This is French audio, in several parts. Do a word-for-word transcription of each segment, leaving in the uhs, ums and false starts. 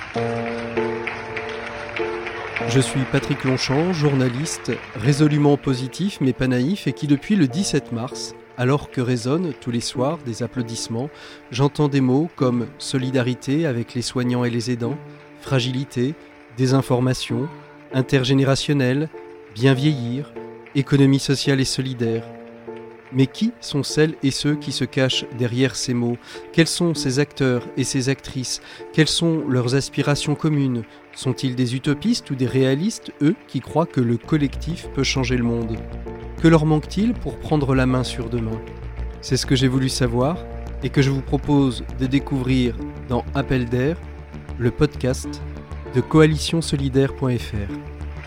Je suis Patrick Longchamp, journaliste, résolument positif mais pas naïf et qui depuis le dix-sept mars, alors que résonnent tous les soirs des applaudissements, j'entends des mots comme solidarité avec les soignants et les aidants, fragilité, désinformation, intergénérationnel, bien vieillir, économie sociale et solidaire. Mais qui sont celles et ceux qui se cachent derrière ces mots ? Quels sont ces acteurs et ces actrices ? Quelles sont leurs aspirations communes ? Sont-ils des utopistes ou des réalistes, eux, qui croient que le collectif peut changer le monde ? Que leur manque-t-il pour prendre la main sur demain ? C'est ce que j'ai voulu savoir et que je vous propose de découvrir dans Appel d'air, le podcast de coalition solidaire point f r.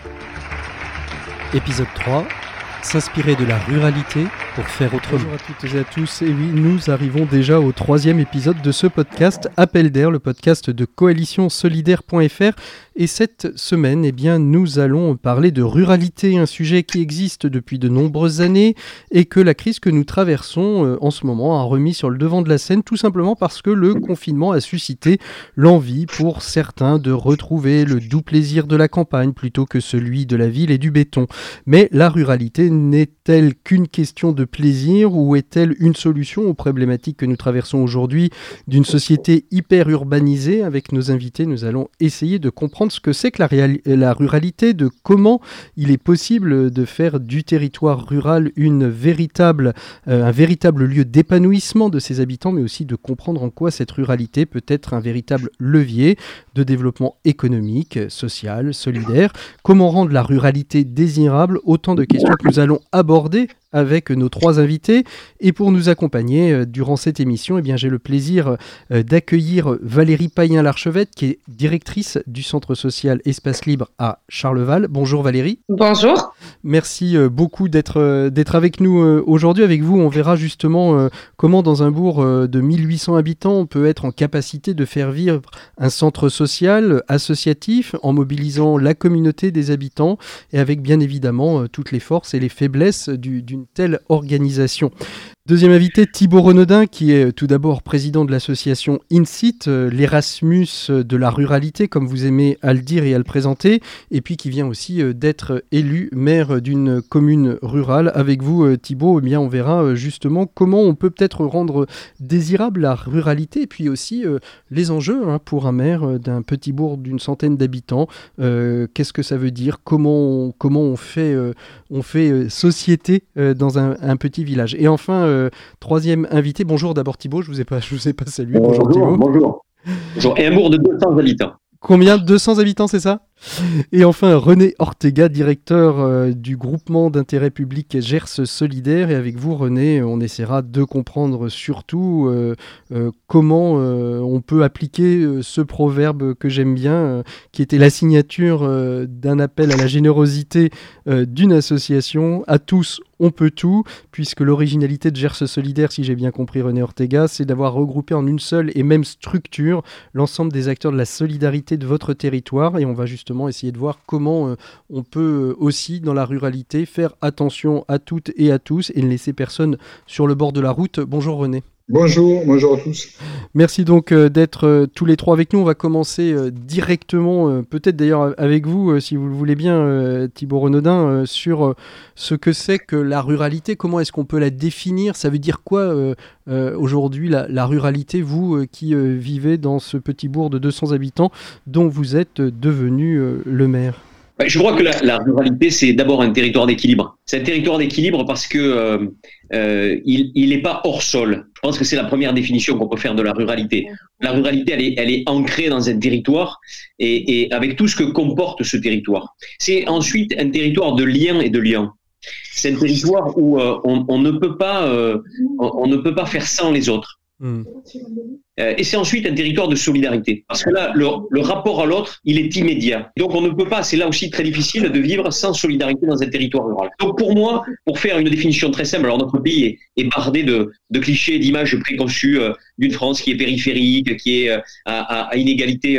Épisode trois. S'inspirer de la ruralité pour faire autrement. Bonjour à toutes et à tous, et oui, nous arrivons déjà au troisième épisode de ce podcast Appel d'air, le podcast de coalition solidaire point f r. Et cette semaine, eh bien, nous allons parler de ruralité, un sujet qui existe depuis de nombreuses années et que la crise que nous traversons euh, en ce moment a remis sur le devant de la scène, tout simplement parce que le confinement a suscité l'envie pour certains de retrouver le doux plaisir de la campagne plutôt que celui de la ville et du béton. Mais la ruralité n'est-elle qu'une question de plaisir ou est-elle une solution aux problématiques que nous traversons aujourd'hui d'une société hyper urbanisée ? Avec nos invités, nous allons essayer de comprendre ce que c'est que la, réal- la ruralité, de comment il est possible de faire du territoire rural une véritable, euh, un véritable lieu d'épanouissement de ses habitants, mais aussi de comprendre en quoi cette ruralité peut être un véritable levier de développement économique, social, solidaire. Comment rendre la ruralité désirable ? Autant de questions que nous allons aborder avec nos trois invités. Et pour nous accompagner euh, durant cette émission, eh bien, j'ai le plaisir euh, d'accueillir Valérie Payen-Larchevette, qui est directrice du Centre social Espace Libre à Charleval. Bonjour Valérie. Bonjour. Merci euh, beaucoup d'être, euh, d'être avec nous euh, aujourd'hui. Avec vous, on verra justement euh, comment dans un bourg euh, de mille huit cents habitants, on peut être en capacité de faire vivre un centre social associatif en mobilisant la communauté des habitants et avec bien évidemment euh, toutes les forces et les faiblesses du, d'une telle organisation. Deuxième invité, Thibaut Renaudin, qui est tout d'abord président de l'association INSIT, euh, l'Erasmus de la ruralité, comme vous aimez à le dire et à le présenter, et puis qui vient aussi euh, d'être élu maire d'une commune rurale. Avec vous, euh, Thibaut, eh bien, on verra euh, justement comment on peut peut-être rendre désirable la ruralité, et puis aussi euh, les enjeux hein, pour un maire euh, d'un petit bourg d'une centaine d'habitants. Euh, qu'est-ce que ça veut dire ? Comment on, comment on fait, euh, on fait euh, société euh, dans un, un petit village ? Et enfin, Euh, troisième invité, bonjour d'abord Thibaut, je ne vous ai pas, je vous ai pas salué. Bonjour, bonjour Thibaut. Bonjour. Bonjour. Et un bourg de deux cents habitants. Combien ? deux cents habitants, c'est ça ? Et enfin, René Ortega, directeur euh, du groupement d'intérêt public Gers Solidaire. Et avec vous, René, on essaiera de comprendre surtout euh, euh, comment euh, on peut appliquer euh, ce proverbe que j'aime bien, euh, qui était la signature euh, d'un appel à la générosité euh, d'une association. À tous, on peut tout, puisque l'originalité de Gers Solidaire, si j'ai bien compris René Ortega, c'est d'avoir regroupé en une seule et même structure l'ensemble des acteurs de la solidarité de votre territoire. Et on va justement essayer de voir comment euh, on peut euh, aussi, dans la ruralité, faire attention à toutes et à tous et ne laisser personne sur le bord de la route. Bonjour René. Bonjour, bonjour à tous. Merci donc euh, d'être euh, tous les trois avec nous. On va commencer euh, directement, euh, peut-être d'ailleurs avec vous, euh, si vous le voulez bien, euh, Thibaut Renaudin, euh, sur euh, ce que c'est que la ruralité. Comment est-ce qu'on peut la définir ? Ça veut dire quoi euh, euh, aujourd'hui la, la ruralité, vous euh, qui euh, vivez dans ce petit bourg de deux cents habitants dont vous êtes euh, devenu euh, le maire ? Je crois que la, la ruralité, c'est d'abord un territoire d'équilibre. C'est un territoire d'équilibre parce que euh, euh, il, il n'est pas hors sol. Je pense que c'est la première définition qu'on peut faire de la ruralité. La ruralité, elle est, elle est ancrée dans un territoire et, et avec tout ce que comporte ce territoire. C'est ensuite un territoire de liens et de liens. C'est un territoire où euh, on, on ne peut pas, euh, on, on ne peut pas faire sans les autres. Mmh. Euh, et c'est ensuite un territoire de solidarité. Parce que là, le, le rapport à l'autre, il est immédiat. Donc on ne peut pas, c'est là aussi très difficile de vivre sans solidarité dans un territoire rural. Donc pour moi, pour faire une définition très simple, alors notre pays est, est bardé de, de clichés, d'images préconçues euh, d'une France qui est périphérique, qui est euh, à, à, à inégalité euh,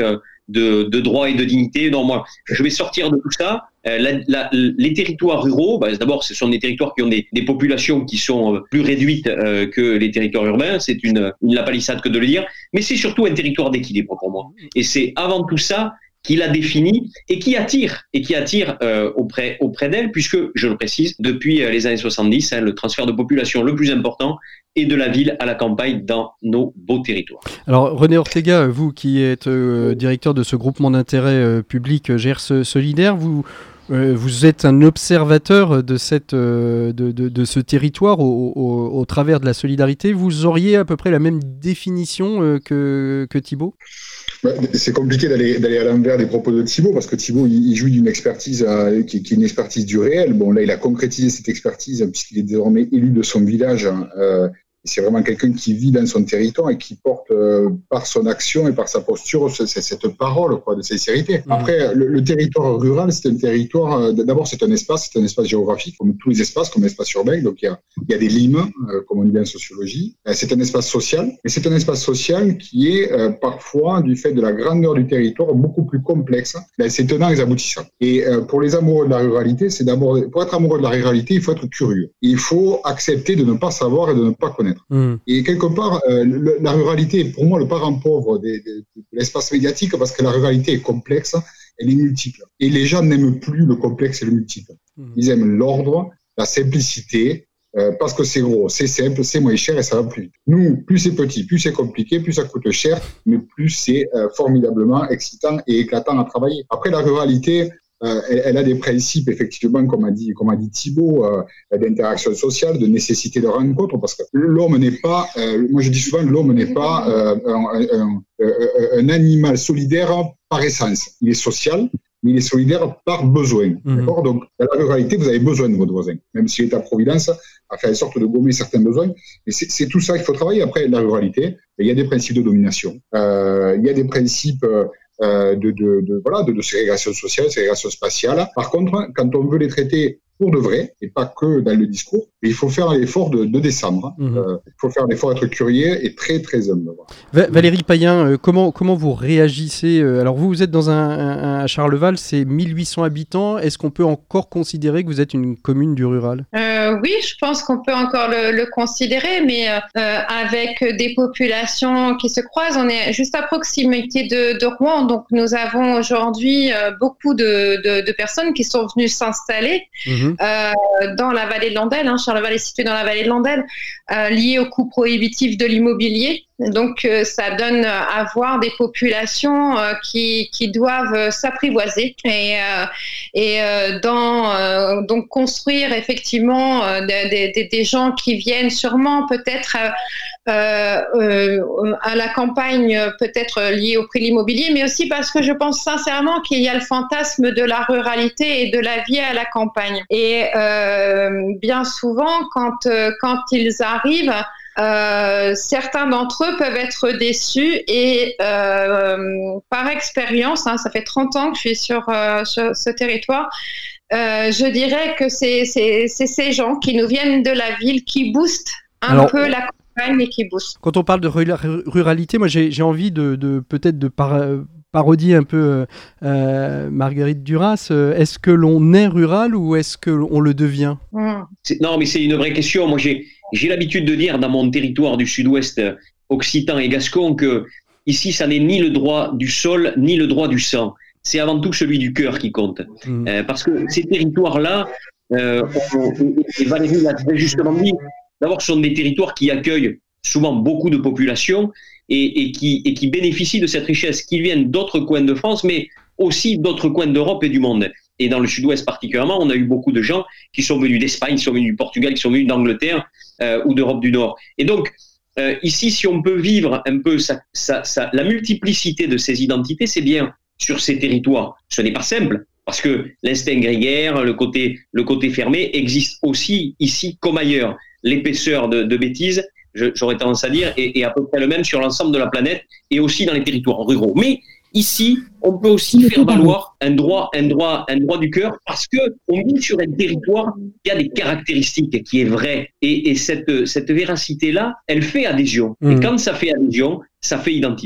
de, de droit et de dignité. Non, moi, je vais sortir de tout ça. Euh, la, la, les territoires ruraux, bah, d'abord, ce sont des territoires qui ont des, des populations qui sont plus réduites euh, que les territoires urbains. C'est une, une lapalissade que de le dire. Mais c'est surtout un territoire d'équilibre pour moi. Et c'est avant tout ça qu'il a défini et qui attire, et qui attire euh, auprès, auprès d'elle, puisque, je le précise, depuis les années soixante-dix, hein, le transfert de population le plus important est de la ville à la campagne dans nos beaux territoires. Alors René Ortega, vous qui êtes euh, directeur de ce groupement d'intérêt euh, public Gers Solidaire, vous... Euh, vous êtes un observateur de, cette, euh, de, de, de ce territoire au, au, au travers de la solidarité. Vous auriez à peu près la même définition euh, que, que Thibaut ? Bah, c'est compliqué d'aller, d'aller à l'envers des propos de Thibaut, parce que Thibaut, il, il jouit d'une expertise euh, qui, qui est une expertise du réel. Bon, là, il a concrétisé cette expertise hein, puisqu'il est désormais élu de son village. Hein, euh, c'est vraiment quelqu'un qui vit dans son territoire et qui porte euh, par son action et par sa posture cette, cette parole quoi, de sincérité. Mmh. Après, le, le territoire rural, c'est un territoire, euh, d'abord c'est un espace, c'est un espace géographique, comme tous les espaces, comme l'espace urbain, donc il y a, il y a des limes, euh, comme on dit en sociologie. Euh, c'est un espace social, mais c'est un espace social qui est euh, parfois, du fait de la grandeur du territoire, beaucoup plus complexe dans ses tenants et aboutissants. Et euh, pour les amoureux de la ruralité, c'est d'abord, pour être amoureux de la ruralité, il faut être curieux. Il faut accepter de ne pas savoir et de ne pas connaître. Mmh. Et quelque part, euh, le, la ruralité est pour moi le parent pauvre de, de, de l'espace médiatique parce que la ruralité est complexe, elle est multiple. Et les gens n'aiment plus le complexe et le multiple. Mmh. Ils aiment l'ordre, la simplicité, euh, parce que c'est gros, c'est simple, c'est moins cher et ça va plus vite. Nous, plus c'est petit, plus c'est compliqué, plus ça coûte cher, mais plus c'est euh, formidablement excitant et éclatant à travailler. Après, la ruralité... Euh, elle, elle a des principes, effectivement, comme a dit, comme a dit Thibaut, euh, d'interaction sociale, de nécessité de rencontre, parce que l'homme n'est pas, euh, moi je dis souvent, l'homme n'est pas euh, un, un, un, un animal solidaire par essence. Il est social, mais il est solidaire par besoin. Mmh. D'accord ? Donc, dans la ruralité, vous avez besoin de votre voisin, même si l'État-providence a fait en sorte de gommer certains besoins. Et c'est, c'est tout ça qu'il faut travailler. Après, la ruralité, il y a des principes de domination, euh, il y a des principes... Euh, Euh, de, de, de, voilà, de, de ségrégation sociale, ségrégation spatiale. Par contre, quand on veut les traiter pour de vrai, et pas que dans le discours, il faut faire l'effort de, de descendre. Mmh. Euh, il faut faire l'effort d'être curieux et très, très humble. Voilà. Valérie Payen, euh, comment, comment vous réagissez euh, Alors, vous, vous êtes dans un, un, un Charleval, c'est mille huit cents habitants. Est-ce qu'on peut encore considérer que vous êtes une commune du rural ? euh, Oui, je pense qu'on peut encore le, le considérer, mais euh, avec des populations qui se croisent, on est juste à proximité de, de Rouen. Donc, nous avons aujourd'hui euh, beaucoup de, de, de personnes qui sont venues s'installer. Mmh. Euh, dans la vallée de Landelle, hein, Charleval est situé dans la vallée de Landelle, euh, lié au coût prohibitif de l'immobilier. Donc, euh, ça donne à voir des populations euh, qui, qui doivent s'apprivoiser et, euh, et euh, dans, euh, donc construire effectivement euh, des, des, des gens qui viennent sûrement peut-être euh, euh, à la campagne, peut-être liés au prix de l'immobilier, mais aussi parce que je pense sincèrement qu'il y a le fantasme de la ruralité et de la vie à la campagne. Et euh, bien souvent, quand, quand ils arrivent, Euh, certains d'entre eux peuvent être déçus et euh, par expérience, hein, ça fait trente ans que je suis sur, euh, sur ce territoire, euh, je dirais que c'est, c'est, c'est ces gens qui nous viennent de la ville qui boostent un Alors, peu la campagne et qui boostent. Quand on parle de ruralité, moi j'ai, j'ai envie de, de peut-être de par, parodier un peu euh, Marguerite Duras. Est-ce que l'on est rural ou est-ce qu'on le devient ? mmh. c'est, Non, mais c'est une vraie question. Moi j'ai J'ai l'habitude de dire dans mon territoire du sud-ouest occitan et gascon que ici, ça n'est ni le droit du sol, ni le droit du sang. C'est avant tout celui du cœur qui compte. Mmh. Euh, parce que ces territoires-là, euh, on, et Valérie l'a très justement dit, d'abord, ce sont des territoires qui accueillent souvent beaucoup de populations et, et, qui, et qui bénéficient de cette richesse qui viennent d'autres coins de France, mais aussi d'autres coins d'Europe et du monde. Et dans le sud-ouest particulièrement, on a eu beaucoup de gens qui sont venus d'Espagne, qui sont venus du Portugal, qui sont venus d'Angleterre euh, ou d'Europe du Nord. Et donc, euh, ici, si on peut vivre un peu sa, sa, sa, la multiplicité de ces identités, c'est bien sur ces territoires. Ce n'est pas simple, parce que l'instinct grégaire, le côté, le côté fermé, existe aussi ici comme ailleurs. L'épaisseur de, de bêtises, je, j'aurais tendance à dire, est, est à peu près le même sur l'ensemble de la planète et aussi dans les territoires ruraux. Mais ici, on peut aussi faire valoir un droit, un droit, un droit du cœur parce que on vit sur un territoire qui a des caractéristiques, qui est vrai. Et, et cette, cette véracité-là, elle fait adhésion. Mmh. Et quand ça fait adhésion, ça fait identité.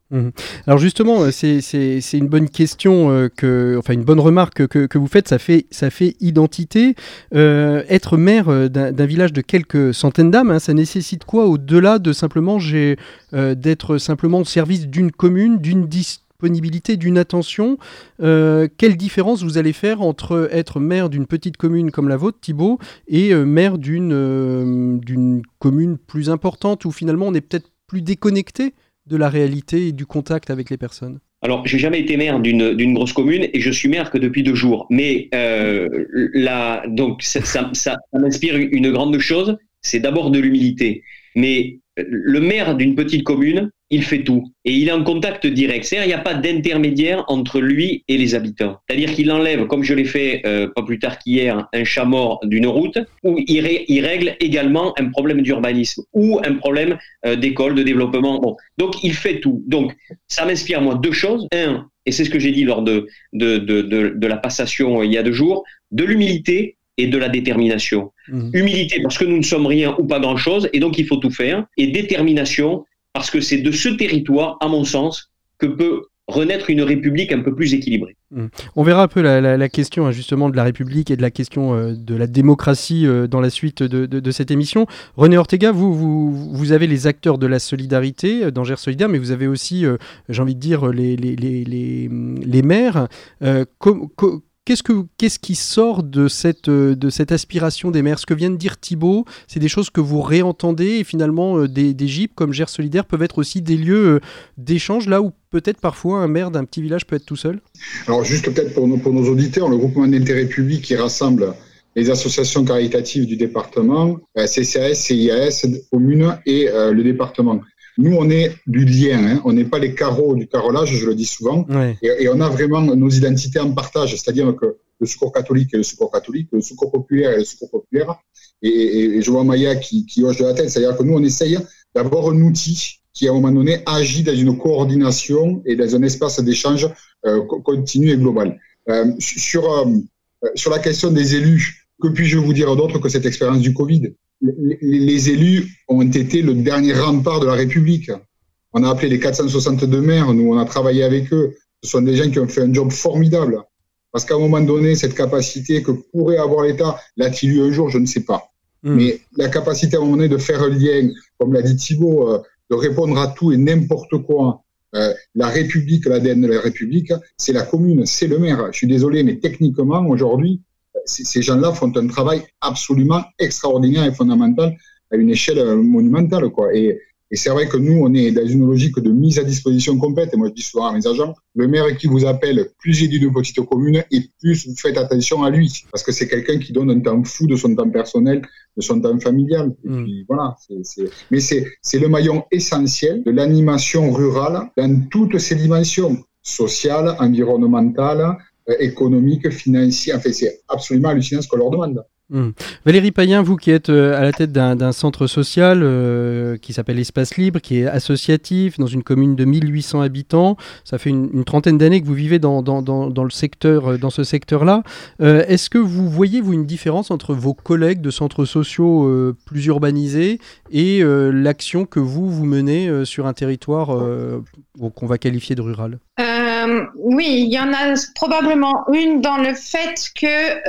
Mmh. Alors justement, c'est, c'est, c'est une bonne question, euh, que, enfin une bonne remarque que, que vous faites, ça fait, ça fait identité. Euh, être maire d'un, d'un village de quelques centaines d'âmes, hein, ça nécessite quoi au-delà de simplement j'ai, euh, d'être simplement au service d'une commune, d'une disponibilité, d'une attention. Euh, quelle différence vous allez faire entre être maire d'une petite commune comme la vôtre, Thibaut, et euh, maire d'une, euh, d'une commune plus importante où finalement on est peut-être plus déconnecté de la réalité et du contact avec les personnes? Alors, j'ai jamais été maire d'une, d'une grosse commune et je suis maire que depuis deux jours. Mais euh, là, donc ça, ça, ça, ça m'inspire une grande chose, c'est d'abord de l'humilité. Mais le maire d'une petite commune, il fait tout et il est en contact direct. C'est-à-dire, il n'y a pas d'intermédiaire entre lui et les habitants. C'est-à-dire qu'il enlève, comme je l'ai fait euh, pas plus tard qu'hier, un chat mort d'une route, où il, ré, il règle également un problème d'urbanisme ou un problème euh, d'école, de développement. Bon. Donc, il fait tout. Donc, ça m'inspire, moi, deux choses. Un, et c'est ce que j'ai dit lors de, de, de, de, de la passation euh, il y a deux jours, de l'humilité et de la détermination. Mmh. Humilité, parce que nous ne sommes rien ou pas grand-chose, et donc il faut tout faire. Et détermination, parce que c'est de ce territoire, à mon sens, que peut renaître une République un peu plus équilibrée. Mmh. On verra un peu la, la, la question hein, justement de la République et de la question euh, de la démocratie euh, dans la suite de, de, de cette émission. René Ortega, vous, vous, vous avez les acteurs de la solidarité euh, dans Gers Solidaire, mais vous avez aussi, euh, j'ai envie de dire, les, les, les, les, les maires. Euh, com, com, Qu'est-ce, que, qu'est-ce qui sort de cette, de cette aspiration des maires? Ce que vient de dire Thibaut, c'est des choses que vous réentendez et finalement des, des G I P comme Gers Solidaire peuvent être aussi des lieux d'échange là où peut-être parfois un maire d'un petit village peut être tout seul? Alors juste peut-être pour nos, pour nos auditeurs, le groupement d'intérêt public qui rassemble les associations caritatives du département, C C A S, C I A S, communes et euh, le département. Nous, on est du lien, hein. On n'est pas les carreaux du carrelage, je le dis souvent, ouais. et, et on a vraiment nos identités en partage, c'est-à-dire que le secours catholique est le secours catholique, le secours populaire est le secours populaire, et, et, et je vois Maya qui, qui hoche de la tête, c'est-à-dire que nous, on essaye d'avoir un outil qui, à un moment donné, agit dans une coordination et dans un espace d'échange euh, continu et global. Euh, sur, euh, sur la question des élus, que puis-je vous dire d'autre que cette expérience du Covid ? Les, les élus ont été le dernier rempart de la République. On a appelé les quatre cent soixante-deux maires, nous on a travaillé avec eux. Ce sont des gens qui ont fait un job formidable. Parce qu'à un moment donné, cette capacité que pourrait avoir l'État, l'a-t-il eu un jour, je ne sais pas. Mmh. Mais la capacité à un moment donné de faire un lien, comme l'a dit Thibaut, euh, de répondre à tout et n'importe quoi. Euh, la République, l'A D N de la République, c'est la commune, c'est le maire. Je suis désolé, mais techniquement, aujourd'hui, ces gens-là font un travail absolument extraordinaire et fondamental à une échelle monumentale, quoi. Et, et c'est vrai que nous, on est dans une logique de mise à disposition complète. Et moi, je dis souvent à mes agents, le maire qui vous appelle, plus il est d'une petite commune et plus vous faites attention à lui. Parce que c'est quelqu'un qui donne un temps fou de son temps personnel, de son temps familial. Et mmh. puis voilà. C'est, c'est... Mais c'est, c'est le maillon essentiel de l'animation rurale dans toutes ses dimensions, sociales, environnementales, économique, financier, enfin c'est absolument hallucinant ce qu'on leur demande. Mmh. Valérie Payen, vous qui êtes à la tête d'un, d'un centre social euh, qui s'appelle Espace Libre, qui est associatif dans une commune de mille huit cents habitants, ça fait une, une trentaine d'années que vous vivez dans, dans, dans, dans, le secteur, dans ce secteur-là. Euh, est-ce que vous voyez, vous, une différence entre vos collègues de centres sociaux euh, plus urbanisés et euh, l'action que vous, vous menez euh, sur un territoire euh, qu'on va qualifier de rural ? Euh, oui, il y en a probablement une dans le fait que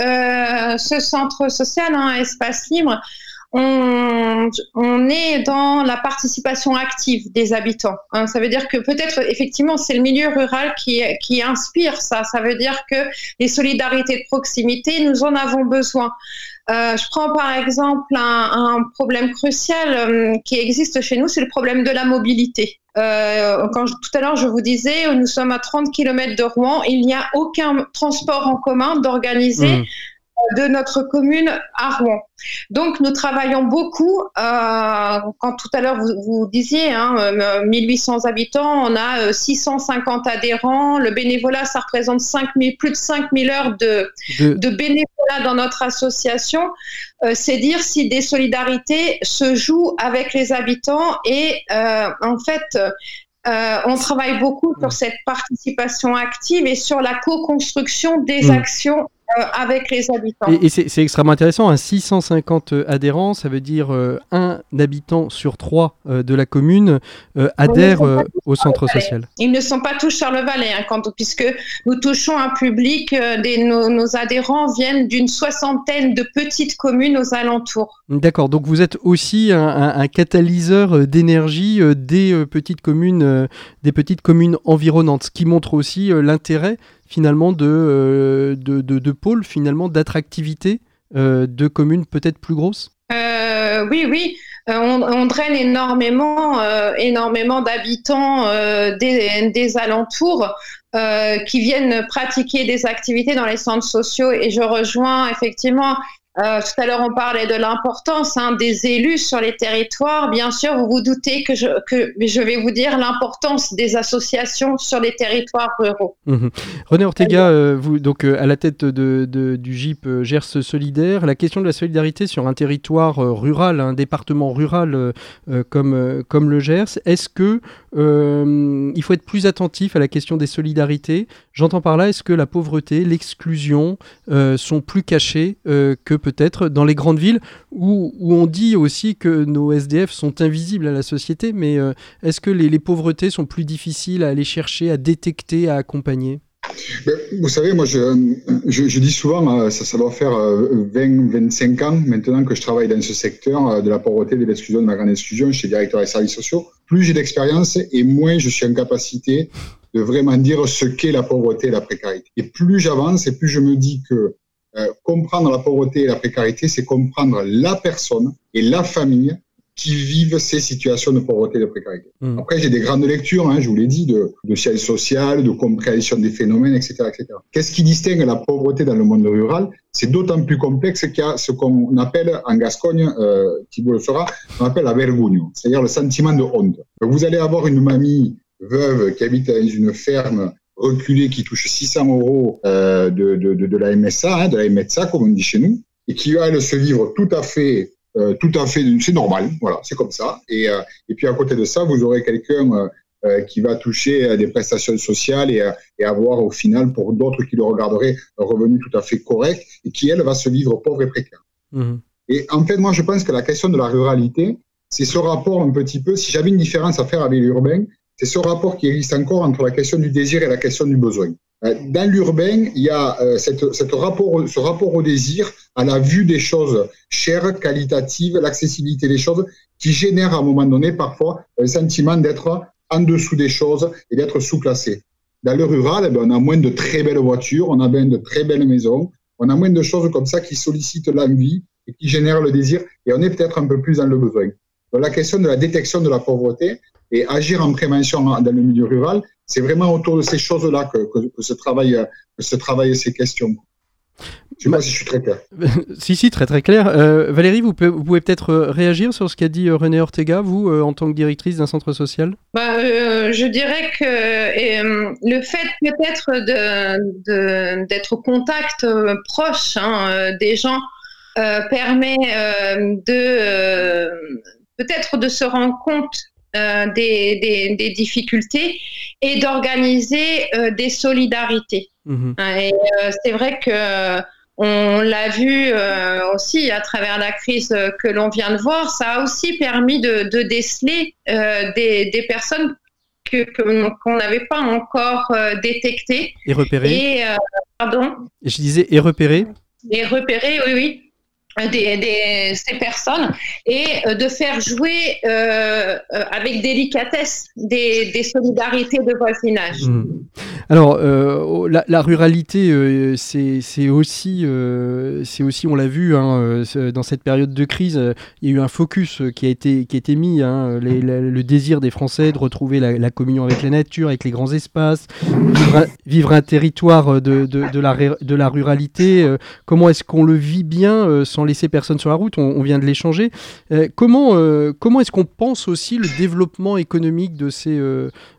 euh, ce centre social, hein, Espace Libre, on, on est dans la participation active des habitants. Hein. Ça veut dire que peut-être, effectivement, c'est le milieu rural qui, qui inspire ça. Ça veut dire que les solidarités de proximité, nous en avons besoin. Euh, je prends par exemple un, un problème crucial euh, qui existe chez nous, c'est le problème de la mobilité. Euh, quand je, tout à l'heure, je vous disais, nous sommes à trente kilomètres de Rouen, il n'y a aucun transport en commun d'organiser mmh. de notre commune à Rouen. Donc, nous travaillons beaucoup. Euh, quand tout à l'heure, vous, vous disiez, hein, mille huit cents habitants, on a six cent cinquante adhérents. Le bénévolat, ça représente cinq mille, plus de cinq mille heures de, de... de bénévolat dans notre association. Euh, c'est dire si des solidarités se jouent avec les habitants. Et euh, en fait, euh, on travaille beaucoup sur cette participation active et sur la co-construction des mmh. actions euh, avec les habitants. Et, et c'est, c'est extrêmement intéressant, hein, six cent cinquante adhérents, ça veut dire euh, un habitant sur trois euh, de la commune euh, adhère euh, au centre social. Ils ne sont pas tous sur le Valais, hein, quand, puisque nous touchons un public, euh, des, nos, nos adhérents viennent d'une soixantaine de petites communes aux alentours. D'accord, donc vous êtes aussi un, un, un catalyseur d'énergie euh, des euh, petites communes, euh, des petites communes environnantes, ce qui montre aussi euh, l'intérêt finalement de, euh, de, de, de pôles, finalement d'attractivité euh, de communes peut-être plus grosses. Euh, oui, oui, euh, on, on draine énormément, euh, énormément d'habitants euh, des, des alentours euh, qui viennent pratiquer des activités dans les centres sociaux, et je rejoins effectivement. Euh, tout à l'heure, on parlait de l'importance hein, des élus sur les territoires. Bien sûr, vous vous doutez que je, que je vais vous dire l'importance des associations sur les territoires ruraux. Mmh. René Ortega, euh, vous donc euh, à la tête de, de, du G I P euh, Gers Solidaire, la question de la solidarité sur un territoire euh, rural, un département rural euh, euh, comme, euh, comme le Gers, est-ce que euh, il faut être plus attentif à la question des solidarités? J'entends par là, est-ce que la pauvreté, l'exclusion euh, sont plus cachées euh, que peut-être dans les grandes villes où, où on dit aussi que nos S D F sont invisibles à la société, mais euh, est-ce que les, les pauvretés sont plus difficiles à aller chercher, à détecter, à accompagner? Vous savez, moi, je, je, je dis souvent, ça, ça doit faire vingt, vingt-cinq ans maintenant que je travaille dans ce secteur de la pauvreté, de l'exclusion, de la grande exclusion, chez directeur des services sociaux. Plus j'ai d'expérience et moins je suis en capacité de vraiment dire ce qu'est la pauvreté et la précarité. Et plus j'avance et plus je me dis que euh, comprendre la pauvreté et la précarité, c'est comprendre la personne et la famille qui vivent ces situations de pauvreté et de précarité. Mmh. Après, j'ai des grandes lectures, hein, je vous l'ai dit, de, de sciences sociales, de compréhension des phénomènes, et cetera, et cetera. Qu'est-ce qui distingue la pauvreté dans le monde rural? C'est d'autant plus complexe qu'il y a ce qu'on appelle en Gascogne, euh, Thibault le saura, on appelle la vergogno, c'est-à-dire le sentiment de honte. Vous allez avoir une mamie veuve qui habite dans une ferme reculée qui touche six cents euros euh, de, de, de, de la M S A, hein, de la M S A, comme on dit chez nous, et qui va, elle, se vivre tout à fait Euh, tout à fait, c'est normal, voilà, c'est comme ça. Et, euh, et puis à côté de ça, vous aurez quelqu'un euh, euh, qui va toucher euh, des prestations sociales et, euh, et avoir au final, pour d'autres qui le regarderaient, un revenu tout à fait correct et qui, elle, va se vivre pauvre et précaire. Mmh. Et en fait, moi, je pense que la question de la ruralité, c'est ce rapport un petit peu, si j'avais une différence à faire avec l'urbain, c'est ce rapport qui existe encore entre la question du désir et la question du besoin. Dans l'urbain, il y a euh, cette, cette rapport, ce rapport au désir, à la vue des choses chères, qualitatives, l'accessibilité des choses, qui génère à un moment donné parfois un sentiment d'être en dessous des choses et d'être sous-classé. Dans le rural, eh bien, on a moins de très belles voitures, on a moins de très belles maisons, on a moins de choses comme ça qui sollicitent l'envie et qui génèrent le désir, et on est peut-être un peu plus dans le besoin. Donc la question de la détection de la pauvreté et agir en prévention dans le milieu rural, c'est vraiment autour de ces choses-là que, que, que, se, travaille, que se travaillent ces questions. Je ne sais pas si je suis très clair. si, si, très très clair. Euh, Valérie, vous pouvez, vous pouvez peut-être réagir sur ce qu'a dit René Ortega, vous, euh, en tant que directrice d'un centre social? bah, euh, Je dirais que et, euh, le fait peut-être de, de, d'être au contact euh, proche hein, des gens euh, permet euh, de euh, peut-être de se rendre compte Euh, des, des, des difficultés et d'organiser euh, des solidarités. Mmh. Et euh, c'est vrai que euh, on l'a vu euh, aussi à travers la crise que l'on vient de voir, ça a aussi permis de, de déceler euh, des, des personnes que, que, qu'on n'avait pas encore euh, détectées. Et repérées. Et, euh, pardon et je disais et repérées. Et repérées, oui, oui. Des, des, ces personnes et euh, de faire jouer euh, avec délicatesse des, des solidarités de voisinage. Mmh. Alors, euh, la, la ruralité, euh, c'est, c'est, aussi, euh, c'est aussi, on l'a vu, hein, euh, dans cette période de crise, euh, il y a eu un focus qui a été, qui a été mis, hein, les, la, le désir des Français de retrouver la, la communion avec la nature, avec les grands espaces, vivre un, vivre un territoire de, de, de, la, de la ruralité. Euh, comment est-ce qu'on le vit bien euh, sans laisser personne sur la route? On, on vient de l'échanger. Euh, comment, euh, comment est-ce qu'on pense aussi le développement économique de ces, euh,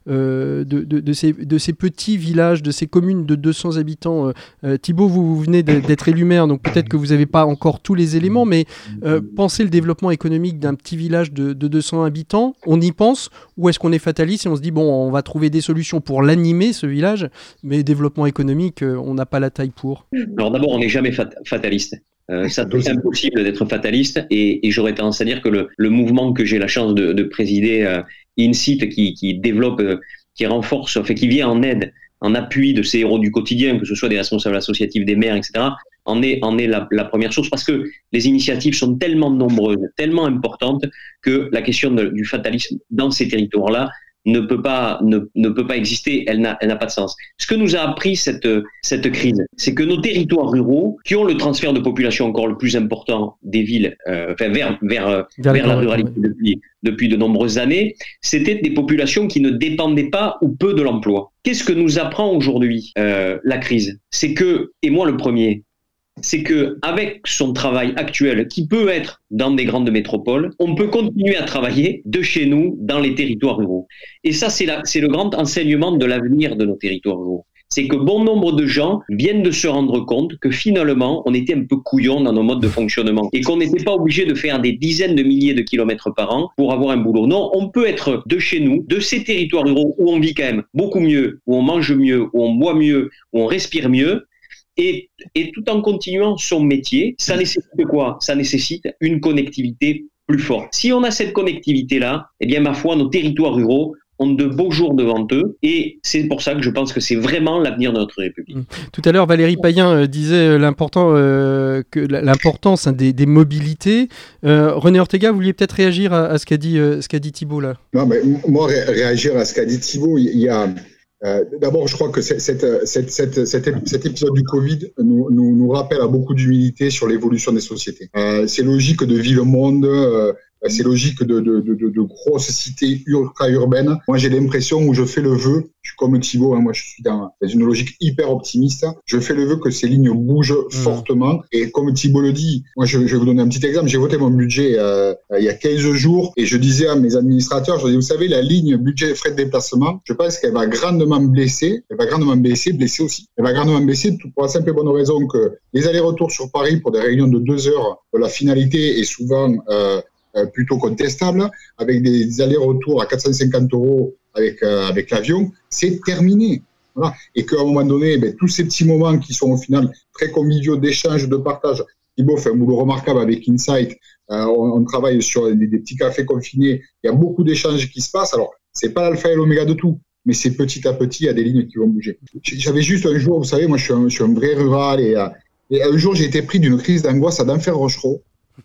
euh, de, de, de, ces, de ces petits villages, de ces communes de deux cents habitants. Euh, Thibaut, vous, vous venez de, d'être élu maire, donc peut-être que vous n'avez pas encore tous les éléments, mais euh, pensez le développement économique d'un petit village de, de deux cents habitants, on y pense, ou est-ce qu'on est fataliste et on se dit, bon, on va trouver des solutions pour l'animer, ce village, mais développement économique, euh, on n'a pas la taille pour. Alors d'abord, on n'est jamais fat- fataliste. Euh, ça c'est impossible d'être fataliste et, et j'aurais tendance à dire que le, le mouvement que j'ai la chance de, de présider, euh, INSIT, qui, qui développe, euh, qui renforce, enfin qui vient en aide, en appui de ces héros du quotidien, que ce soit des responsables associatifs, des maires, et cetera, en est, en est la, la première source parce que les initiatives sont tellement nombreuses, tellement importantes que la question de, du fatalisme dans ces territoires-là ne peut pas ne, ne peut pas exister, elle n'a elle n'a pas de sens. Ce que nous a appris cette cette crise, c'est que nos territoires ruraux, qui ont le transfert de population encore le plus important des villes, euh, enfin vers vers vers, vers la ruralité ouais. depuis depuis de nombreuses années, c'était des populations qui ne dépendaient pas ou peu de l'emploi. Qu'est-ce que nous apprend aujourd'hui euh, la crise ? C'est que, et moi le premier, c'est que avec son travail actuel, qui peut être dans des grandes métropoles, on peut continuer à travailler de chez nous dans les territoires ruraux. Et ça, c'est, la, c'est le grand enseignement de l'avenir de nos territoires ruraux. C'est que bon nombre de gens viennent de se rendre compte que finalement, on était un peu couillons dans nos modes de fonctionnement et qu'on n'était pas obligé de faire des dizaines de milliers de kilomètres par an pour avoir un boulot. Non, on peut être de chez nous, de ces territoires ruraux où on vit quand même beaucoup mieux, où on mange mieux, où on boit mieux, où on respire mieux, Et, et tout en continuant son métier. Ça nécessite quoi ? Ça nécessite une connectivité plus forte. Si on a cette connectivité-là, eh bien, ma foi, nos territoires ruraux ont de beaux jours devant eux et c'est pour ça que je pense que c'est vraiment l'avenir de notre République. Tout à l'heure, Valérie Payen euh, disait l'important, euh, que l'importance hein, des, des mobilités. Euh, René Ortega, vous vouliez peut-être réagir à, à ce qu'a dit, euh, ce qu'a dit Thibaut là ? Non, mais moi, ré- réagir à ce qu'a dit Thibaut, il y a... Euh, d'abord, je crois que cette, cette, cette, cette, cet épisode du Covid nous, nous, nous rappelle à beaucoup d'humilité sur l'évolution des sociétés. Euh, c'est logique de ville-monde, euh, c'est logique de, de, de, de grosses cités ultra-urbaines. Moi, j'ai l'impression où je fais le vœu, je suis comme Thibaut, hein, moi je suis dans, dans une logique hyper optimiste, je fais le vœu que ces lignes bougent mmh. fortement. Et comme Thibaut le dit, moi je, je vais vous donner un petit exemple, j'ai voté mon budget euh, il y a quinze jours et je disais à mes administrateurs, je dis, vous savez, la ligne budget frais de déplacement, je pense qu'elle va grandement blesser, elle va grandement baisser, blesser aussi. Elle va grandement baisser pour la simple et bonne raison que les allers-retours sur Paris pour des réunions de deux heures, la finalité est souvent euh, Euh, plutôt contestable, avec des allers-retours à quatre cent cinquante euros avec, euh, avec l'avion, c'est terminé. Voilà. Et qu'à un moment donné, ben, tous ces petits moments qui sont au final très conviviaux d'échange, de partage, Thibaut fait un boulot remarquable avec Insight, euh, on, on travaille sur des, des petits cafés confinés, il y a beaucoup d'échanges qui se passent, alors c'est pas l'alpha et l'oméga de tout, mais c'est petit à petit, il y a des lignes qui vont bouger. J'avais juste un jour, vous savez, moi je suis un, je suis un vrai rural, et, euh, et un jour j'ai été pris d'une crise d'angoisse à Denfert-Rochereau,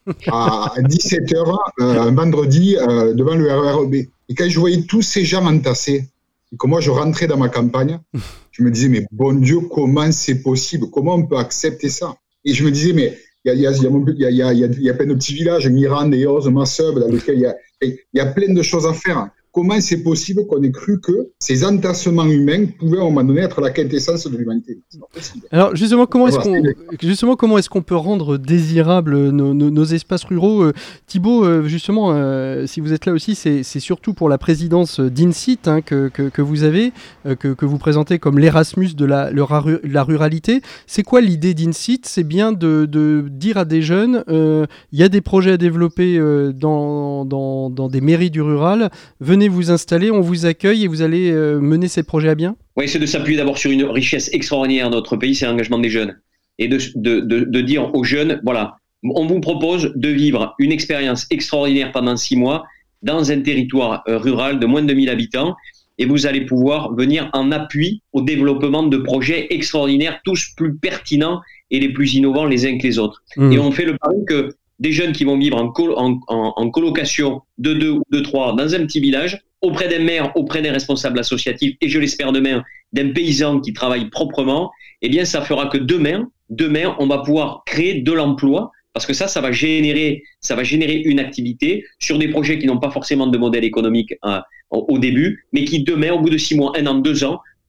à dix-sept heures, euh, un vendredi, euh, devant le R E R B. Et quand je voyais tous ces gens entassés, et que moi je rentrais dans ma campagne, je me disais, mais bon Dieu, comment c'est possible ? Comment on peut accepter ça ? Et je me disais, mais il y a, y, a, y, a, y, a, y, a, y a plein de petits villages, Mirande, Eos, Massub, dans lesquels il y a, y a plein de choses à faire. Comment c'est possible qu'on ait cru que ces entassements humains pouvaient à un moment donné être la quintessence de l'humanité ? Alors justement, comment est-ce qu'on, justement, comment est-ce qu'on peut rendre désirables nos, nos, nos espaces ruraux ? euh, Thibaut, euh, justement, euh, si vous êtes là aussi, c'est, c'est surtout pour la présidence d'INSIT hein, que, que, que vous avez, euh, que, que vous présentez comme l'Erasmus de la, le, la ruralité. C'est quoi l'idée d'INSIT ? C'est bien de, de dire à des jeunes, il euh, y a des projets à développer euh, dans, dans, dans des mairies du rural, venez vous installer, on vous accueille et vous allez euh, mener ces projets à bien ? Oui, c'est de s'appuyer d'abord sur une richesse extraordinaire de notre pays, c'est l'engagement des jeunes. Et de, de, de, de dire aux jeunes, voilà, on vous propose de vivre une expérience extraordinaire pendant six mois dans un territoire euh, rural de moins de mille habitants et vous allez pouvoir venir en appui au développement de projets extraordinaires, tous plus pertinents et les plus innovants les uns que les autres. Mmh. Et on fait le pari que des jeunes qui vont vivre en, col- en, en, en colocation de deux ou de trois dans un petit village, auprès d'un maire, auprès d'un responsable associatif, et je l'espère demain, d'un paysan qui travaille proprement, eh bien, ça fera que demain, demain, on va pouvoir créer de l'emploi, parce que ça, ça va générer, ça va générer une activité sur des projets qui n'ont pas forcément de modèle économique hein, au début, mais qui demain, au bout de six mois, un an, deux ans,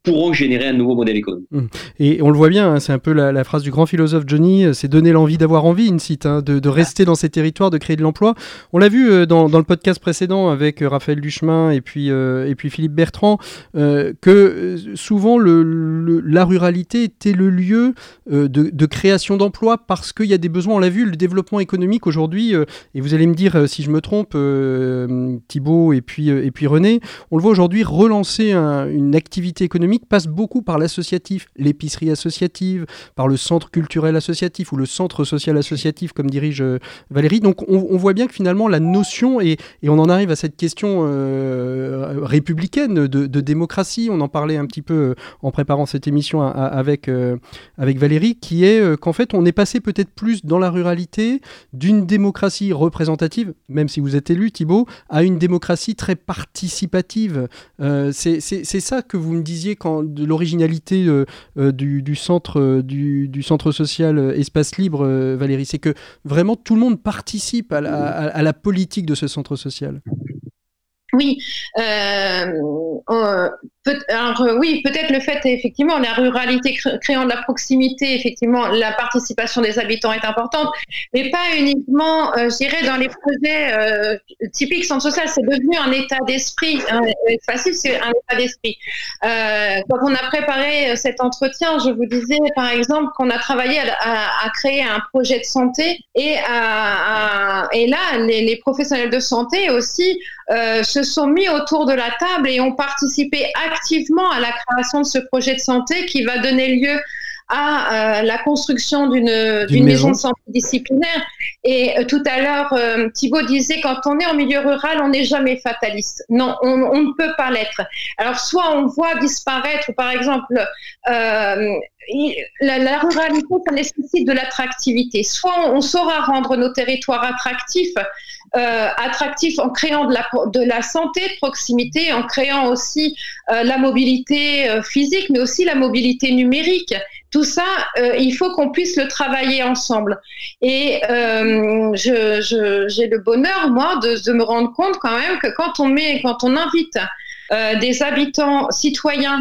pourront générer un nouveau modèle économique. Et on le voit bien, hein, c'est un peu la, la phrase du grand philosophe Johnny, c'est donner l'envie d'avoir envie, Incite, hein, de, de rester dans ces territoires, de créer de l'emploi. On l'a vu euh, dans, dans le podcast précédent avec euh, Raphaël Duchemin et puis, euh, et puis Philippe Bertrand, euh, que euh, souvent le, le, la ruralité était le lieu euh, de, de création d'emplois parce qu'il y a des besoins. On l'a vu, le développement économique aujourd'hui, euh, et vous allez me dire euh, si je me trompe, euh, Thibaut et puis, euh, et puis René, on le voit aujourd'hui, relancer un, une activité économique passe beaucoup par l'associatif, l'épicerie associative, par le centre culturel associatif ou le centre social associatif, comme dirige euh, Valérie. Donc on, on voit bien que finalement la notion, et, et on en arrive à cette question euh, républicaine de, de démocratie, on en parlait un petit peu euh, en préparant cette émission à, à, avec, euh, avec Valérie, qui est euh, qu'en fait on est passé peut-être plus dans la ruralité d'une démocratie représentative, même si vous êtes élu Thibaut, à une démocratie très participative. Euh, c'est, c'est, c'est ça que vous me disiez quand, de l'originalité euh, euh, du, du, centre, euh, du, du centre social euh, Espace Libre, euh, Valérie, c'est que vraiment tout le monde participe à la, à, à la politique de ce centre social. Oui, euh, euh, peut, alors, euh, oui, peut-être le fait, effectivement, la ruralité cré- créant de la proximité, effectivement, la participation des habitants est importante, mais pas uniquement, euh, je dirais, dans les projets euh, typiques centre social, c'est devenu un état d'esprit. Hein, facile, c'est un état d'esprit. Euh, quand on a préparé cet entretien, je vous disais, par exemple, qu'on a travaillé à, à, à créer un projet de santé et, à, à, et là, les, les professionnels de santé aussi euh, se sont mis autour de la table et ont participé activement à la création de ce projet de santé qui va donner lieu à euh, la construction d'une, d'une, d'une maison. maison de santé disciplinaire. Et euh, tout à l'heure, euh, Thibaut disait, quand on est en milieu rural, on n'est jamais fataliste. Non, on, on ne peut pas l'être. Alors, soit on voit disparaître, par exemple, euh, la, la ruralité, ça nécessite de l'attractivité. Soit on, on saura rendre nos territoires attractifs, euh, attractifs en créant de la, de la santé de proximité, en créant aussi euh, la mobilité euh, physique, mais aussi la mobilité numérique. Tout ça, euh, il faut qu'on puisse le travailler ensemble. Et euh, je, je, j'ai le bonheur, moi, de, de me rendre compte quand même que quand on met, quand on invite euh, des habitants citoyens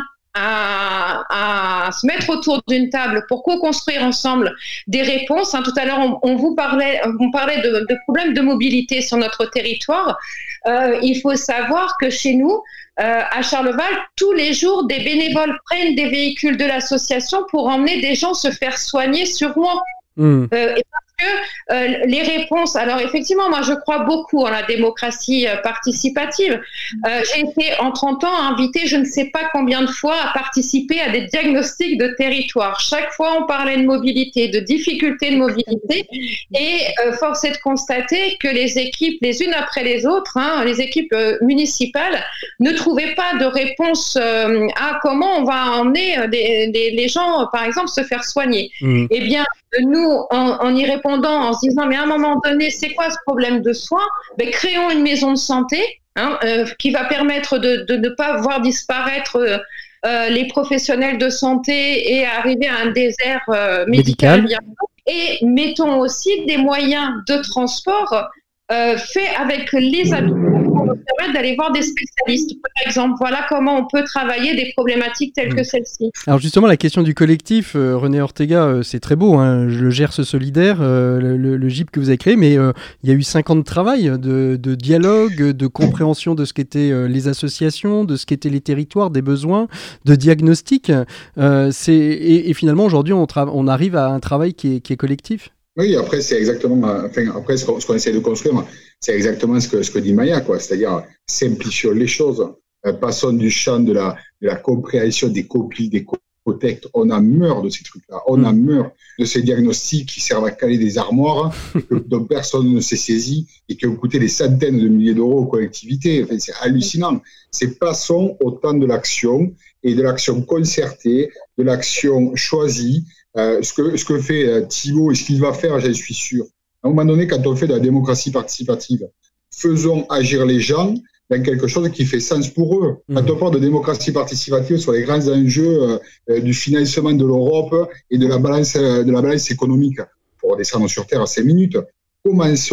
à, à se mettre autour d'une table pour co-construire ensemble des réponses. Hein, tout à l'heure, on, on vous parlait, on parlait de, de problèmes de mobilité sur notre territoire. Euh, il faut savoir que chez nous, euh, à Charleval, tous les jours, des bénévoles prennent des véhicules de l'association pour emmener des gens se faire soigner sur Rouen. Mmh. Euh, et parce que euh, les réponses, alors effectivement, moi je crois beaucoup en la démocratie euh, participative. Euh, j'ai été en trente ans invitée, je ne sais pas combien de fois, à participer à des diagnostics de territoire. Chaque fois, on parlait de mobilité, de difficultés de mobilité, et euh, force est de constater que les équipes, les unes après les autres, hein, les équipes euh, municipales, ne trouvaient pas de réponse euh, à comment on va emmener euh, des, des, les gens, euh, par exemple, se faire soigner. Mmh. Eh bien, nous, en, en y répondant, en se disant, mais à un moment donné, c'est quoi ce problème de soins? Ben, créons une maison de santé hein, euh, qui va permettre de, de ne pas voir disparaître euh, euh, les professionnels de santé et arriver à un désert euh, médical. médical. Et mettons aussi des moyens de transport euh, faits avec les habitants pour nous permettre d'aller voir des spécialistes. Par exemple, voilà comment on peut travailler des problématiques telles mmh. que celle-ci. Alors justement, la question du collectif, euh, René Ortega, euh, c'est très beau, hein, le Gers solidaire, euh, le, le, le G I P que vous avez créé, mais euh, il y a eu cinq ans de travail, de, de dialogue, de compréhension de ce qu'étaient euh, les associations, de ce qu'étaient les territoires, des besoins, de diagnostic. Euh, c'est, et, et finalement, aujourd'hui, on, tra- on arrive à un travail qui est, qui est collectif. Oui, après, c'est exactement, enfin, après, ce qu'on, ce qu'on essaie de construire, c'est exactement ce que, ce que dit Maya, quoi. C'est-à-dire, simplifions les choses. Euh, passons du champ de la, de la compréhension des copies, des contextes. On a marre de ces trucs-là. On a marre de ces diagnostics qui servent à caler des armoires, que, dont personne ne s'est saisi et qui ont coûté des centaines de milliers d'euros aux collectivités. Enfin, c'est hallucinant. C'est passons au temps de l'action et de l'action concertée, de l'action choisie. Euh, ce que, ce que fait euh, Thibaut et ce qu'il va faire, j'en suis sûr. À un moment donné, quand on fait de la démocratie participative, faisons agir les gens dans quelque chose qui fait sens pour eux. Mmh. Quand on parle de démocratie participative sur les grands enjeux euh, du financement de l'Europe et de la balance, euh, de la balance économique, pour redescendre sur Terre à cinq minutes, commençons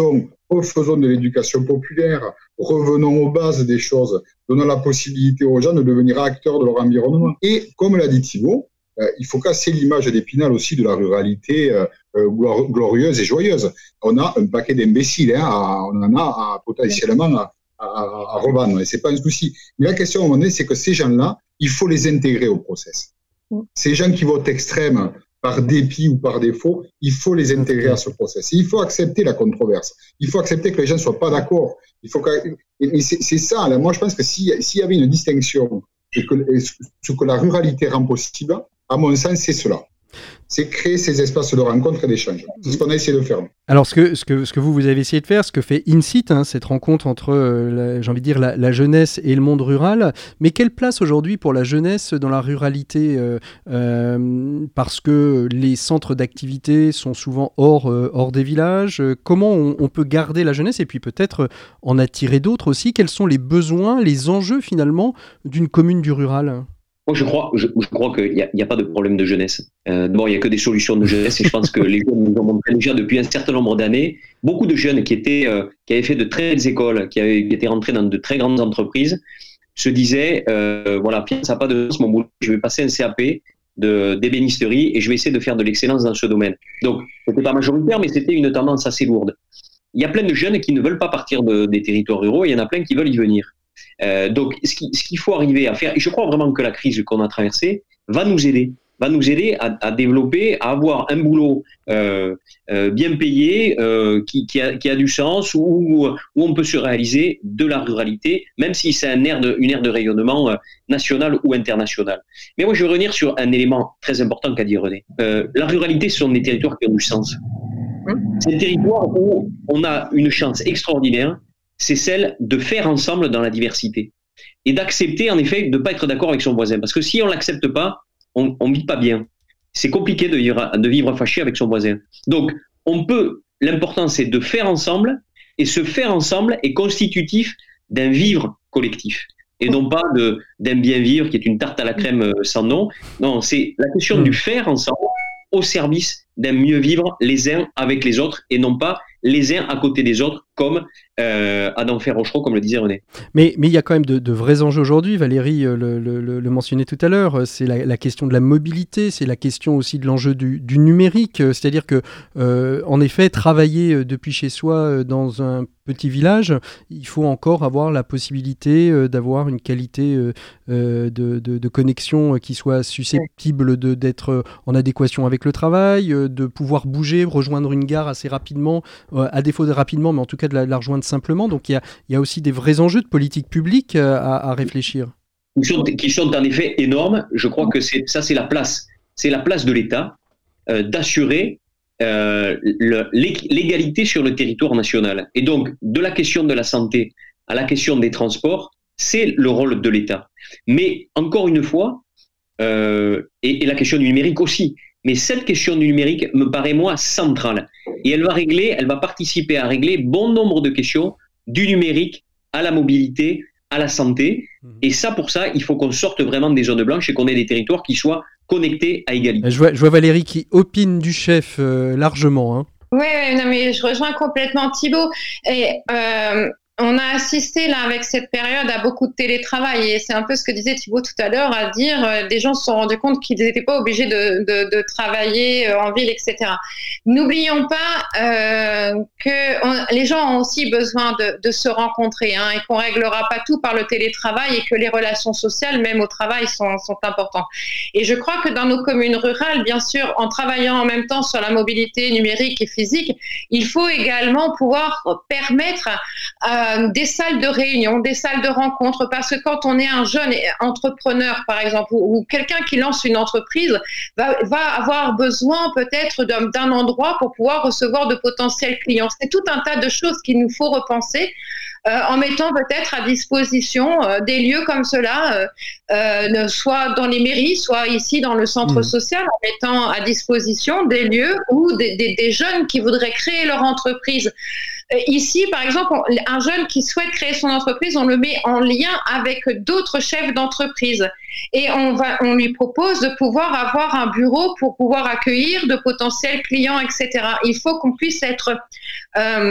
refaisons de l'éducation populaire, revenons aux bases des choses, donnons la possibilité aux gens de devenir acteurs de leur environnement. Et comme l'a dit Thibault, euh, il faut casser l'image d'Épinal aussi de la ruralité euh, glor- glorieuse et joyeuse. On a un paquet d'imbéciles, hein, à, on en a à, potentiellement à, à, à revendre, et c'est pas un souci. Mais la question à un moment donné, c'est que ces gens-là, il faut les intégrer au process. Ces gens qui votent extrême, par dépit ou par défaut, il faut les intégrer à ce process. Il faut accepter la controverse. Il faut accepter que les gens ne soient pas d'accord. Il faut que... Et c'est, c'est ça, là. Moi, je pense que s'il, s'il y avait une distinction et que et ce que la ruralité rend possible, à mon sens, c'est cela. C'est créer ces espaces de rencontre et d'échange. C'est ce qu'on a essayé de faire. Alors, ce que, ce que, ce que vous, vous avez essayé de faire, ce que fait INSIT, hein, cette rencontre entre, euh, la, j'ai envie de dire, la, la jeunesse et le monde rural, mais quelle place aujourd'hui pour la jeunesse dans la ruralité euh, euh, parce que les centres d'activité sont souvent hors, euh, hors des villages. Comment on, on peut garder la jeunesse et puis peut-être en attirer d'autres aussi? Quels sont les besoins, les enjeux finalement d'une commune du rural? Moi, je crois, je, je crois qu'il n'y a, a pas de problème de jeunesse. Euh, d'abord, il n'y a que des solutions de jeunesse et je pense que les jeunes nous ont montré déjà depuis un certain nombre d'années, beaucoup de jeunes qui, étaient, euh, qui avaient fait de très belles écoles, qui, avaient, qui étaient rentrés dans de très grandes entreprises, se disaient, euh, voilà, ça n'a pas de sens mon boulot, je vais passer un C A P de, d'ébénisterie et je vais essayer de faire de l'excellence dans ce domaine. Donc, ce n'était pas majoritaire, mais c'était une tendance assez lourde. Il y a plein de jeunes qui ne veulent pas partir de, des territoires ruraux et il y en a plein qui veulent y venir. Euh, donc, ce, qui, ce qu'il faut arriver à faire, et je crois vraiment que la crise qu'on a traversée va nous aider, va nous aider à, à développer, à avoir un boulot euh, euh, bien payé, euh, qui, qui, a, qui a du sens, où, où on peut se réaliser de la ruralité, même si c'est un aire de, une aire de rayonnement euh, national ou international. Mais moi, je veux revenir sur un élément très important qu'a dit René. Euh, la ruralité, ce sont des territoires qui ont du sens. C'est des territoires où on a une chance extraordinaire, c'est celle de faire ensemble dans la diversité et d'accepter en effet de ne pas être d'accord avec son voisin. Parce que si on ne l'accepte pas, on ne vit pas bien. C'est compliqué de vivre, de vivre fâché avec son voisin. Donc, on peut, l'important c'est de faire ensemble et ce faire ensemble est constitutif d'un vivre collectif et non pas de, d'un bien vivre qui est une tarte à la crème sans nom. Non, c'est la question mmh. du faire ensemble au service d'un mieux vivre les uns avec les autres et non pas les uns à côté des autres, comme euh, Adam Ferrochereau, comme le disait René. Mais mais il y a quand même de, de vrais enjeux aujourd'hui. Valérie le, le, le, le mentionnait tout à l'heure. C'est la, la question de la mobilité, c'est la question aussi de l'enjeu du, du numérique. C'est-à-dire que, euh, en effet, travailler depuis chez soi dans un petit village, il faut encore avoir la possibilité d'avoir une qualité de, de, de connexion qui soit susceptible de, d'être en adéquation avec le travail, de pouvoir bouger, rejoindre une gare assez rapidement, à défaut de rapidement, mais en tout cas de la, de la rejoindre simplement. Donc il y a, il y a aussi des vrais enjeux de politique publique à, à réfléchir. Qui sont, qui sont en effet énormes. Je crois que c'est, ça, c'est la place. C'est la place de l'État euh, d'assurer euh, le, l'égalité sur le territoire national. Et donc, de la question de la santé à la question des transports, c'est le rôle de l'État. Mais encore une fois, euh, et, et la question du numérique aussi. Mais cette question du numérique me paraît, moi, centrale. Et elle va régler, elle va participer à régler bon nombre de questions du numérique à la mobilité, à la santé. Et ça, pour ça, il faut qu'on sorte vraiment des zones blanches et qu'on ait des territoires qui soient connectés à égalité. Je vois, je vois Valérie qui opine du chef euh, largement. Hein. Oui, non, mais je rejoins complètement Thibault. Et euh, on a assisté là avec cette période à beaucoup de télétravail et c'est un peu ce que disait Thibault tout à l'heure, à dire euh, des gens se sont rendus compte qu'ils n'étaient pas obligés de, de, de travailler euh, en ville, et cetera. N'oublions pas euh, que on, les gens ont aussi besoin de, de se rencontrer hein, et qu'on réglera pas tout par le télétravail et que les relations sociales, même au travail, sont, sont importantes. Et je crois que dans nos communes rurales, bien sûr, en travaillant en même temps sur la mobilité numérique et physique, il faut également pouvoir permettre euh, des salles de réunion, des salles de rencontre, parce que quand on est un jeune entrepreneur, par exemple, ou, ou quelqu'un qui lance une entreprise, va, va avoir besoin peut-être d'un, d'un endroit pour pouvoir recevoir de potentiels clients. C'est tout un tas de choses qu'il nous faut repenser euh, en mettant peut-être à disposition euh, des lieux comme cela, euh, euh, soit dans les mairies, soit ici dans le centre mmh. social, en mettant à disposition des lieux où des, des, des jeunes qui voudraient créer leur entreprise. Ici, par exemple, un jeune qui souhaite créer son entreprise, on le met en lien avec d'autres chefs d'entreprise et on va, on lui propose de pouvoir avoir un bureau pour pouvoir accueillir de potentiels clients, et cetera. Il faut qu'on puisse être euh,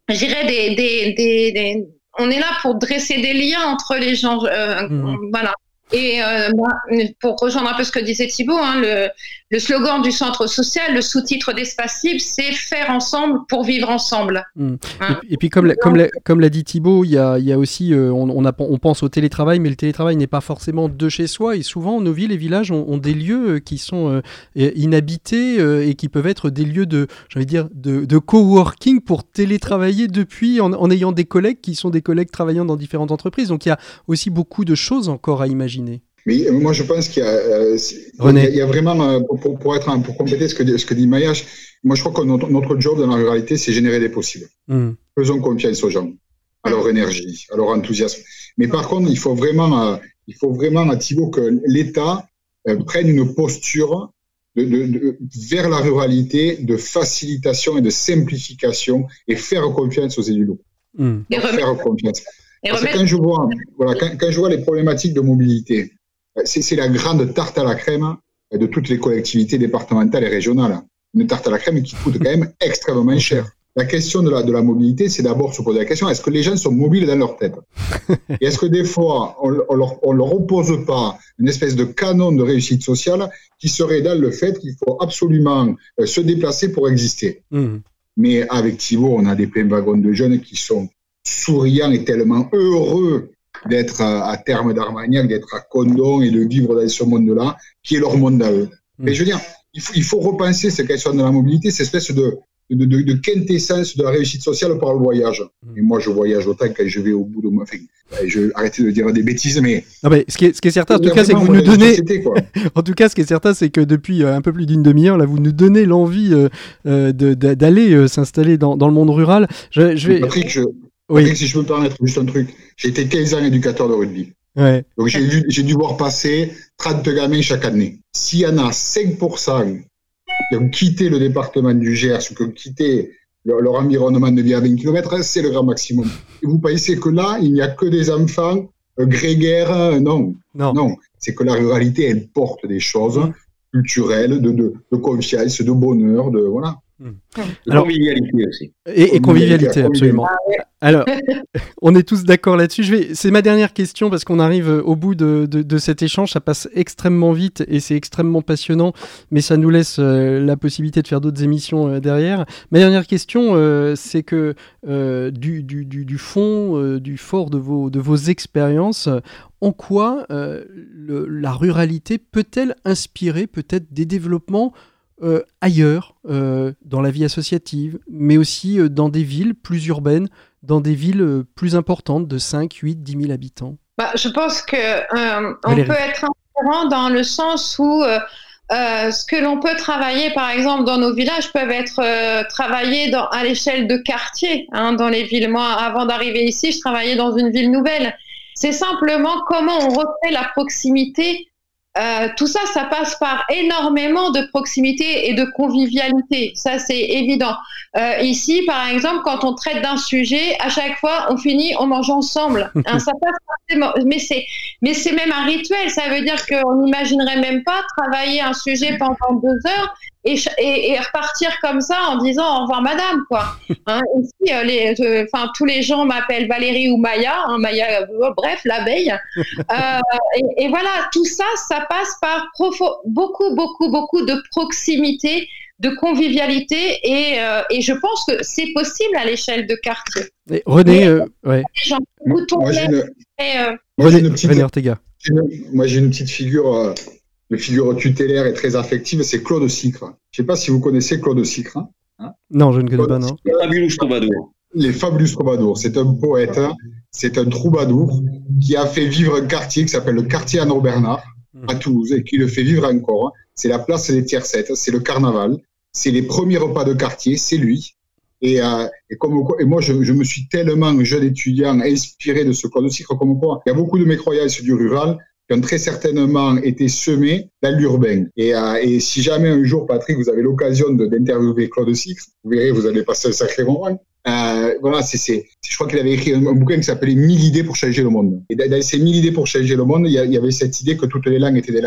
je dirais, des, des, des, des, on est là pour dresser des liens entre les gens. Euh, mmh. Voilà. Et euh, pour rejoindre un peu ce que disait Thibaut, hein, le, le slogan du centre social, le sous-titre d'Espace Libre, c'est faire ensemble pour vivre ensemble. Mmh. Hein. Et, et puis comme l'a, comme l'a, comme l'a dit Thibaut, il y a, il y a aussi, euh, on, on, a, on pense au télétravail, mais le télétravail n'est pas forcément de chez soi. Et souvent, nos villes et villages ont, ont des lieux qui sont euh, inhabités euh, et qui peuvent être des lieux de, j'ai envie de dire, de, de coworking pour télétravailler depuis, en, en ayant des collègues qui sont des collègues travaillant dans différentes entreprises. Donc il y a aussi beaucoup de choses encore à imaginer. Mais moi, je pense qu'il y a, euh, il y a, il y a vraiment, euh, pour, pour, être, pour compléter ce que, ce que dit Mayache, moi, je crois que notre, notre job dans la ruralité, c'est générer des possibles. Mm. Faisons confiance aux gens, à leur énergie, à leur enthousiasme. Mais par contre, il faut vraiment, euh, il faut vraiment, à Thibaut, que l'État euh, prenne une posture de, de, de, vers la ruralité, de facilitation et de simplification, et faire confiance aux élus locaux. Mm. Faire confiance. Parce que quand je vois, voilà, quand, quand je vois les problématiques de mobilité, c'est, c'est la grande tarte à la crème de toutes les collectivités départementales et régionales. Une tarte à la crème qui coûte quand même extrêmement cher. La question de la, de la mobilité, c'est d'abord se poser la question, est-ce que les gens sont mobiles dans leur tête? Et est-ce que des fois, on ne leur, on leur oppose pas une espèce de canon de réussite sociale qui serait dans le fait qu'il faut absolument se déplacer pour exister? Mmh. Mais avec Thibaut, on a des pleins wagons de jeunes qui sont souriants et tellement heureux d'être à, à Terme d'Armagnac, d'être à Condom et de vivre dans ce monde-là, qui est leur monde à eux. Mmh. Mais je veux dire, il faut, il faut repenser cette question de la mobilité, cette espèce de, de, de, de quintessence de la réussite sociale par le voyage. Mmh. Et moi, je voyage autant quand je vais au bout de moi. Enfin, je arrêtez de dire des bêtises, mais... Non, mais ce qui est, ce qui est certain, en tout cas, c'est que vous nous donnez... Société, en tout cas, ce qui est certain, c'est que depuis un peu plus d'une demi-heure, là, vous nous donnez l'envie euh, de, de, d'aller euh, s'installer dans, dans le monde rural. Je, je vais... Patrick, je... Oui. Patrick, si je peux me permettre juste un truc, j'ai été quinze ans éducateur de rugby. Ouais. Donc j'ai dû, j'ai dû voir passer trente gamins chaque année. S'il y en a cinq pour cent qui ont quitté le département du Gers ou qui ont quitté leur, leur environnement de vie à vingt kilomètres, c'est le grand maximum. Et vous pensez que là, il n'y a que des enfants euh, grégaires? euh, non. non. Non. C'est que la ruralité, elle porte des choses mmh. culturelles, de, de, de confiance, de bonheur, de voilà. Mmh. De Alors, convivialité aussi. Et, et convivialité, absolument. Ah, ouais. Alors, on est tous d'accord là-dessus. Je vais... C'est ma dernière question parce qu'on arrive au bout de, de, de cet échange. Ça passe extrêmement vite et c'est extrêmement passionnant, mais ça nous laisse euh, la possibilité de faire d'autres émissions euh, derrière. Ma dernière question, euh, c'est que euh, du, du, du, du fond, euh, du fort de vos, de vos expériences, en quoi euh, le, la ruralité peut-elle inspirer peut-être des développements Euh, ailleurs, euh, dans la vie associative, mais aussi euh, dans des villes plus urbaines, dans des villes euh, plus importantes de cinq, huit, dix mille habitants? Bah, je pense qu'on euh, peut être inspirant dans le sens où euh, euh, ce que l'on peut travailler, par exemple, dans nos villages, peuvent être euh, travaillés dans, à l'échelle de quartiers, hein, dans les villes. Moi, avant d'arriver ici, je travaillais dans une ville nouvelle. C'est simplement comment on refait la proximité. Euh, tout ça, ça passe par énormément de proximité et de convivialité. Ça, c'est évident. Euh, ici, par exemple, quand on traite d'un sujet, à chaque fois, on finit, on mange ensemble. Hein, ça passe forcément. Mais c'est, mais c'est même un rituel. Ça veut dire qu'on n'imaginerait même pas travailler un sujet pendant deux heures et, et, et repartir comme ça en disant au revoir madame, quoi. Hein, ici, euh, les, euh, enfin, tous les gens m'appellent Valérie ou Maya, hein, Maya, euh, bref, l'abeille. Euh, et, et voilà, tout ça, ça passe par profo- beaucoup, beaucoup, beaucoup de proximité, de convivialité, et, euh, et je pense que c'est possible à l'échelle de quartier. Et René, euh, ouais. Gens, moi, moi, j'ai une, et, euh, moi, j'ai une petite, René Ortega. J'ai une, moi, j'ai une petite figure... Euh, une figure tutélaire et très affective, c'est Claude Sicre. Je ne sais pas si vous connaissez Claude Sicre. Hein. Non, je ne connais Claude pas, non. Les Fabulous Troubadours. Les Fabulous Troubadours. C'est un poète, c'est un troubadour qui a fait vivre un quartier qui s'appelle le quartier Anneau Bernard à Toulouse et qui le fait vivre encore. C'est la place des Tiercettes, c'est le carnaval, c'est les premiers repas de quartier, c'est lui. Et, euh, et, comme, et moi, je, je me suis tellement, jeune étudiant, inspiré de ce Claude Sicre, comme quoi il y a beaucoup de mes croyances du rural qui ont très certainement été semés dans l'urbain. Et, euh, et si jamais un jour, Patrick, vous avez l'occasion de, d'interviewer Claude Sicre, vous verrez, vous allez passer un sacré moment. Euh, voilà, c'est, c'est, je crois qu'il avait écrit un, un bouquin qui s'appelait mille idées pour changer le monde. Et dans, dans ces mille idées pour changer le monde, il y, a, il y avait cette idée que toutes les langues étaient des langues de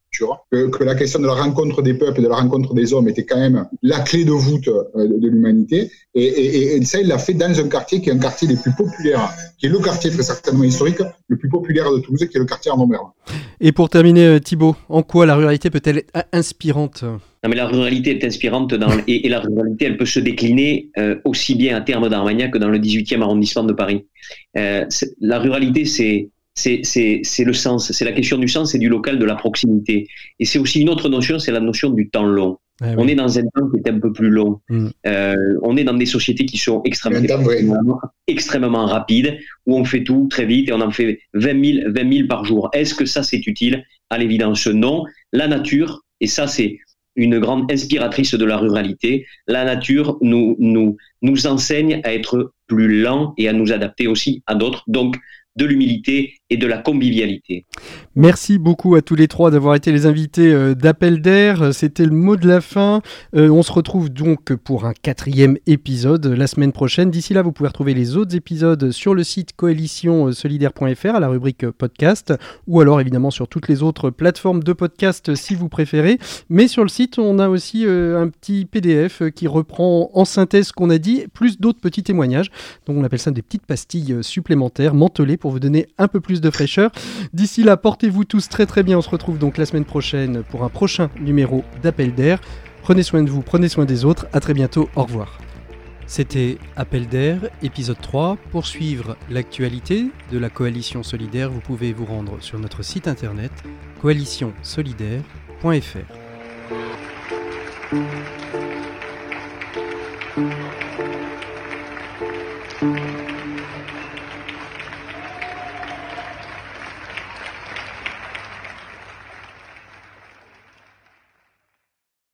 culture, que, que la question de la rencontre des peuples et de la rencontre des hommes était quand même la clé de voûte euh, de l'humanité. Et, et, et ça, il l'a fait dans un quartier qui est un quartier des plus populaires, qui est le quartier très certainement historique, le plus populaire de Toulouse, qui est le quartier Arnaud Merle. Et pour terminer, Thibaut, en quoi la ruralité peut-elle être inspirante ? Non, mais la ruralité est inspirante dans, et, et la ruralité, elle peut se décliner euh, aussi bien à Terme d'Armagnac que dans le dix-huitième arrondissement de Paris. Euh, la ruralité, c'est, c'est, c'est, c'est le sens, c'est la question du sens et du local, de la proximité. Et c'est aussi une autre notion, c'est la notion du temps long. Ah, oui. On est dans un temps qui est un peu plus long. Mmh. Euh, on est dans des sociétés qui sont extrêmement, extrêmement, extrêmement rapides, où on fait tout très vite et on en fait vingt mille par jour. Est-ce que ça, c'est utile ? À l'évidence, non. La nature, et ça, c'est une grande inspiratrice de la ruralité, la nature nous, nous, nous enseigne à être plus lent et à nous adapter aussi à d'autres. Donc, de l'humilité et de la convivialité. Merci beaucoup à tous les trois d'avoir été les invités euh, d'Appel d'air. C'était le mot de la fin. Euh, on se retrouve donc pour un quatrième épisode la semaine prochaine. D'ici là, vous pouvez retrouver les autres épisodes sur le site coalition solidaire point f r à la rubrique podcast, ou alors évidemment sur toutes les autres plateformes de podcast si vous préférez. Mais sur le site, on a aussi euh, un petit P D F qui reprend en synthèse ce qu'on a dit, plus d'autres petits témoignages. Donc on appelle ça des petites pastilles supplémentaires, mentholées, pour vous donner un peu plus de fraîcheur. D'ici là, portez-vous tous très très bien. On se retrouve donc la semaine prochaine pour un prochain numéro d'Appel d'air. Prenez soin de vous, prenez soin des autres. À très bientôt. Au revoir. C'était Appel d'air, épisode trois. Pour suivre l'actualité de la Coalition Solidaire, vous pouvez vous rendre sur notre site internet coalition solidaire point f r.